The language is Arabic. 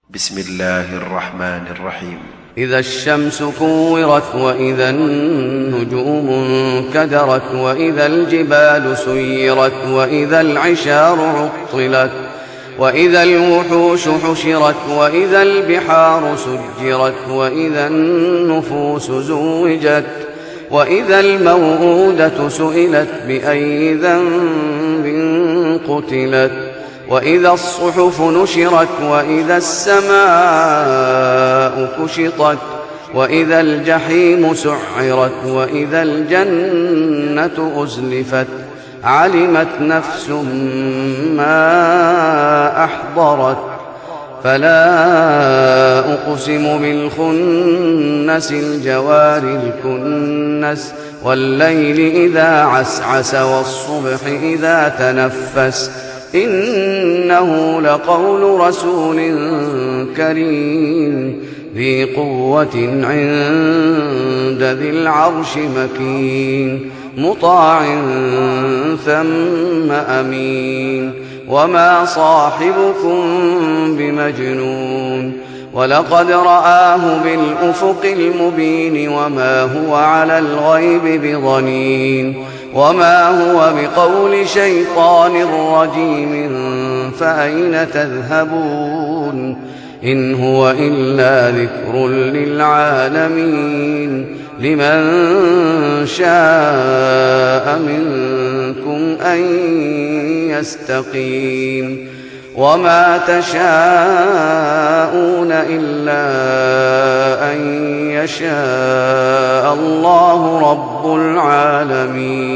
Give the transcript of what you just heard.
بسم الله الرحمن الرحيم. إذا الشمس كورت وإذا النجوم انكدرت وإذا الجبال سيرت وإذا العشار عطلت وإذا الوحوش حشرت وإذا البحار سجرت وإذا النفوس زوجت وإذا الموءودة سئلت بأي ذنب قتلت وإذا الصحف نشرت وإذا السماء كشطت وإذا الجحيم سعرت وإذا الجنة أزلفت علمت نفس ما أحضرت فلا أقسم بالخنس الجوار الكنس والليل إذا عسعس والصبح إذا تنفس إنه لقول رسول كريم ذي قوة عند ذي العرش مكين مطاع ثم أمين وما صاحبكم بمجنون ولقد رآه بالأفق المبين وما هو على الغيب بضنين وما هو بقول شيطان رجيم فأين تذهبون إن هو إلا ذكر للعالمين لمن شاء منكم أن يستقيم وما تشاءون إلا أن يشاء الله رب العالمين.